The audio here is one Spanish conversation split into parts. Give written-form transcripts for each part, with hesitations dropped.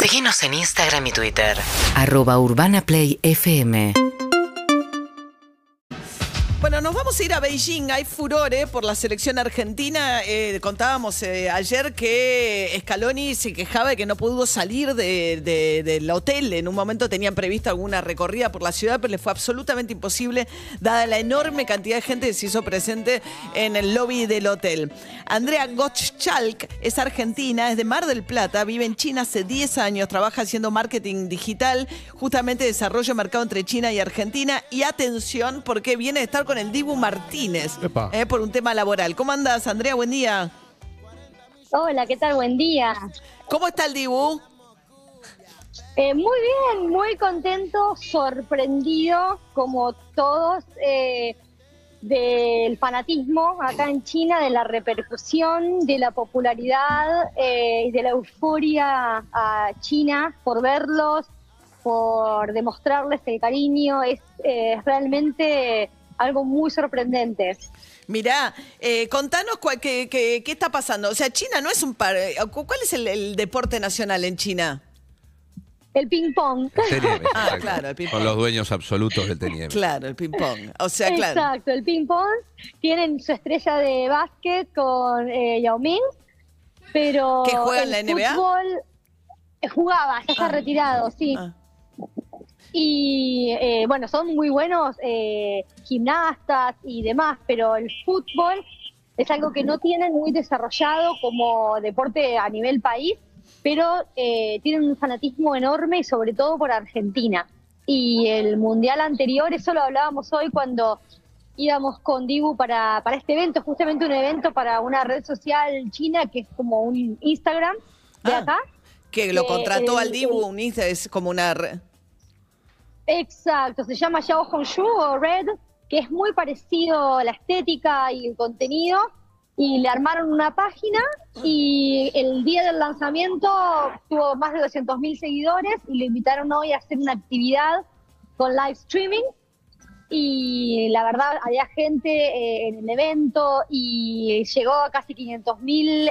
Seguinos en Instagram y Twitter. @urbanaplayfm. Bueno, nos vamos a ir a Beijing. Hay furore por la selección argentina. Contábamos ayer que Scaloni se quejaba de que no pudo salir del hotel. En un momento tenían previsto alguna recorrida por la ciudad, pero le fue absolutamente imposible, dada la enorme cantidad de gente que se hizo presente en el lobby del hotel. Andrea Gottschalk es argentina, es de Mar del Plata, vive en China hace 10 años, trabaja haciendo marketing digital, justamente desarrollo de mercado entre China y Argentina. Y atención, porque viene de estar con el Dibu Martínez por un tema laboral. ¿Cómo andás, Andrea? Buen día. Hola, ¿qué tal? Buen día. ¿Cómo está el Dibu? Muy bien, muy contento, sorprendido, como todos, del fanatismo acá en China, de la repercusión, de la popularidad y de la euforia a China por verlos, por demostrarles el cariño. Es realmente algo muy sorprendente. Mirá, contanos qué está pasando. O sea, China no es un par. ¿Cuál es el deporte nacional en China? El ping-pong. Claro, el ping-pong. Son los dueños absolutos del tenis. Claro, el ping-pong. O sea, claro. Exacto, el ping-pong. Tienen su estrella de básquet con Yao Ming, pero ¿qué juega en la NBA? Fútbol jugaba, ya está retirado, sí. Y bueno, son muy buenos gimnastas y demás, pero el fútbol es algo que no tienen muy desarrollado como deporte a nivel país, pero tienen un fanatismo enorme y sobre todo por Argentina. Y el mundial anterior, eso lo hablábamos hoy cuando íbamos con Dibu para este evento, justamente un evento para una red social china que es como un Instagram de acá. Que lo contrató al Dibu, un Instagram, es como una red. Exacto, se llama Xiao Hongshu o Red, que es muy parecido a la estética y el contenido, y le armaron una página y el día del lanzamiento tuvo más de 200.000 seguidores y lo invitaron hoy a hacer una actividad con live streaming y la verdad había gente en el evento y llegó a casi 500.000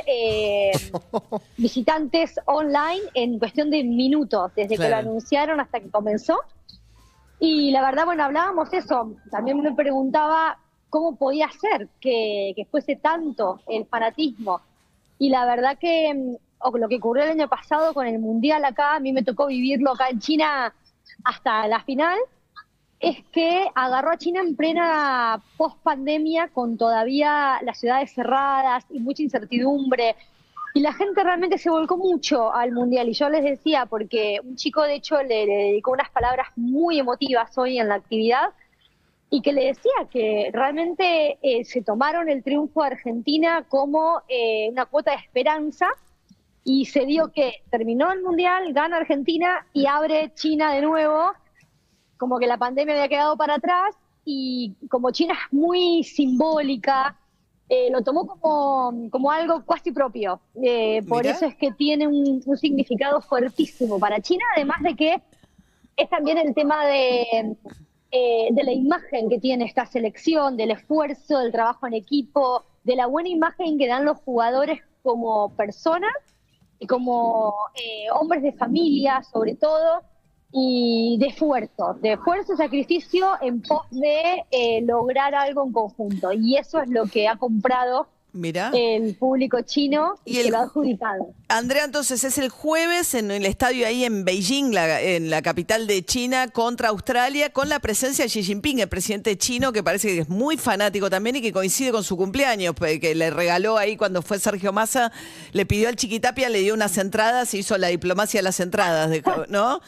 visitantes online en cuestión de minutos, desde que lo anunciaron hasta que comenzó. Y la verdad, bueno, hablábamos eso, también me preguntaba cómo podía ser que fuese tanto el fanatismo. Y la verdad que lo que ocurrió el año pasado con el Mundial acá, a mí me tocó vivirlo acá en China hasta la final, es que agarró a China en plena post-pandemia con todavía las ciudades cerradas y mucha incertidumbre. Y la gente realmente se volcó mucho al Mundial. Y yo les decía, porque un chico de hecho le dedicó unas palabras muy emotivas hoy en la actividad, y que le decía que realmente se tomaron el triunfo de Argentina como una cuota de esperanza, y se dio que terminó el Mundial, gana Argentina y abre China de nuevo, como que la pandemia había quedado para atrás, y como China es muy simbólica, lo tomó como algo cuasi propio. Por eso es que tiene un significado fuertísimo para China, además de que es también el tema de la imagen que tiene esta selección, del esfuerzo, del trabajo en equipo, de la buena imagen que dan los jugadores como personas y como hombres de familia, sobre todo, y de esfuerzo y sacrificio en pos de lograr algo en conjunto. Y eso es lo que ha comprado el público chino y se lo ha adjudicado. Andrea, entonces es el jueves en el estadio ahí en Beijing, en la capital de China, contra Australia, con la presencia de Xi Jinping, el presidente chino, que parece que es muy fanático también y que coincide con su cumpleaños, que le regaló ahí cuando fue Sergio Massa, le pidió al Chiquitapia, le dio unas entradas, hizo la diplomacia de las entradas, ¿no?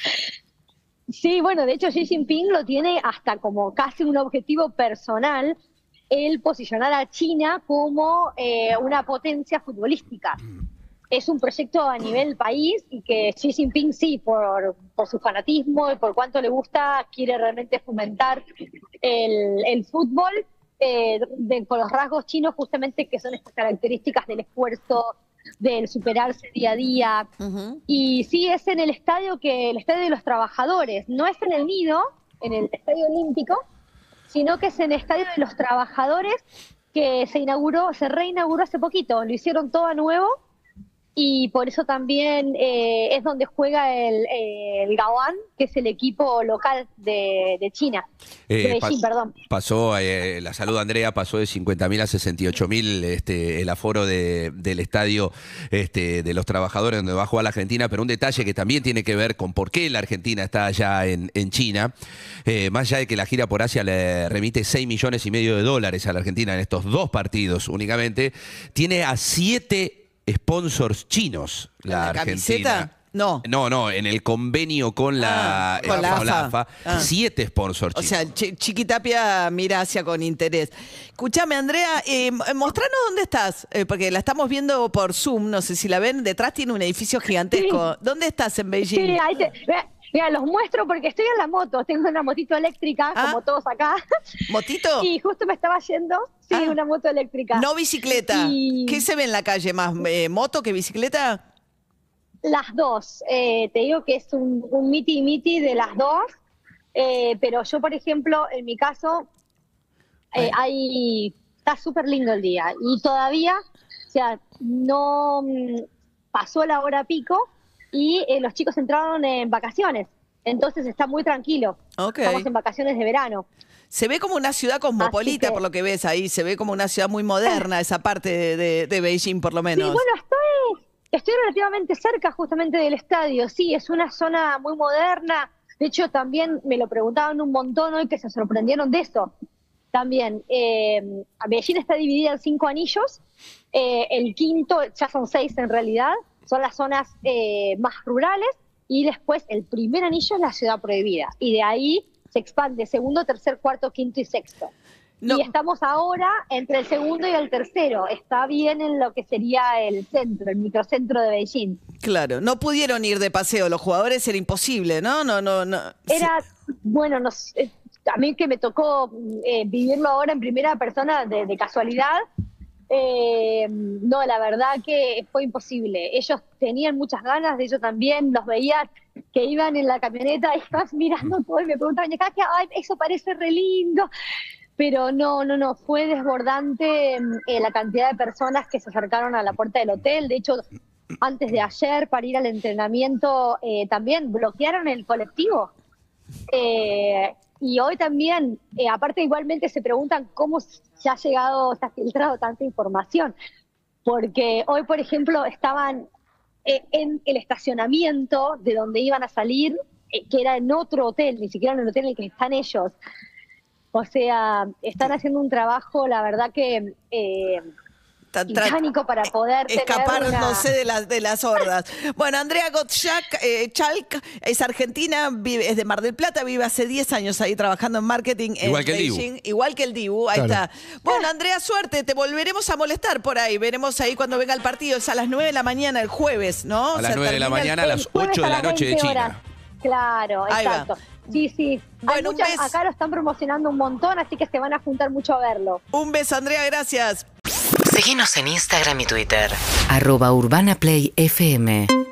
Sí, bueno, de hecho Xi Jinping lo tiene hasta como casi un objetivo personal, el posicionar a China como una potencia futbolística. Es un proyecto a nivel país y que Xi Jinping sí, por su fanatismo y por cuánto le gusta, quiere realmente fomentar el fútbol con los rasgos chinos, justamente que son estas características del esfuerzo, del superarse día a día. Y sí, es en el estadio de los trabajadores, no es en el Nido, en el Estadio Olímpico, sino que es en el Estadio de los Trabajadores, que se reinauguró hace poquito, lo hicieron todo a nuevo, y por eso también es donde juega el Gaoan, que es el equipo local de China, de Beijing, perdón. Pasó, la salud de Andrea pasó de 50.000 a 68.000 el aforo del estadio de los trabajadores donde va a jugar la Argentina, pero un detalle que también tiene que ver con por qué la Argentina está allá en China, más allá de que la gira por Asia le remite $6,5 millones a la Argentina en estos 2 partidos únicamente, tiene a 7 sponsors chinos la Argentina. ¿Camiseta? No. No, en el convenio con la AFA, 7 sponsors chinos. O sea, Chiquitapia mira hacia con interés. Escúchame, Andrea, mostranos dónde estás, porque la estamos viendo por Zoom, no sé si la ven, detrás tiene un edificio gigantesco. Sí. ¿Dónde estás en Beijing? Sí, ahí mira, los muestro porque estoy en la moto, tengo una motito eléctrica, como todos acá. ¿Motito? Y justo me estaba yendo, una moto eléctrica. No bicicleta. ¿Qué se ve en la calle más, moto que bicicleta? Las dos, te digo que es un miti de las dos, pero yo, por ejemplo, en mi caso, está súper lindo el día y todavía, o sea, no pasó la hora pico y los chicos entraron en vacaciones, entonces está muy tranquilo. Estamos en vacaciones de verano. Se ve como una ciudad cosmopolita, por lo que ves ahí, se ve como una ciudad muy moderna, esa parte de Beijing, por lo menos. Sí, bueno, Estoy relativamente cerca justamente del estadio, sí, es una zona muy moderna. De hecho, también me lo preguntaban un montón hoy que se sorprendieron de eso. También, Beijing está dividida en 5 anillos, el quinto, ya son 6 en realidad, son las zonas más rurales, y después el primer anillo es la ciudad prohibida, y de ahí se expande segundo, tercer, cuarto, quinto y sexto. No. Y estamos ahora entre el segundo y el tercero. Está bien en lo que sería el centro, el microcentro de Beijing. Claro, no pudieron ir de paseo los jugadores, era imposible, ¿no? Era, bueno, a mí que me tocó vivirlo ahora en primera persona de casualidad, no, la verdad que fue imposible. Ellos tenían muchas ganas, de ellos también, los veía que iban en la camioneta y ibas mirando todo y me preguntaban, ay, eso parece re lindo. Pero no, fue desbordante la cantidad de personas que se acercaron a la puerta del hotel. De hecho, antes de ayer, para ir al entrenamiento, también bloquearon el colectivo. Y hoy también, aparte igualmente se preguntan cómo se ha filtrado tanta información. Porque hoy, por ejemplo, estaban en el estacionamiento de donde iban a salir, que era en otro hotel, ni siquiera en el hotel en el que están ellos. O sea, están haciendo un trabajo, la verdad que titánico para poder escapar, no sé, de las hordas. Bueno, Andrea Gottschalk es argentina, es de Mar del Plata, vive hace 10 años ahí trabajando en marketing en Beijing. Igual que el Dibu, ahí está. Bueno, Andrea, suerte, te volveremos a molestar por ahí. Veremos ahí cuando venga el partido, es a las 9 de la mañana el jueves, ¿no? A las 9 de la mañana, a las 8 de la noche de China. Claro, exacto. Sí. Bueno, acá lo están promocionando un montón, así que se van a juntar mucho a verlo. Un beso, Andrea, gracias. Síguenos en Instagram y Twitter. @UrbanaPlayFM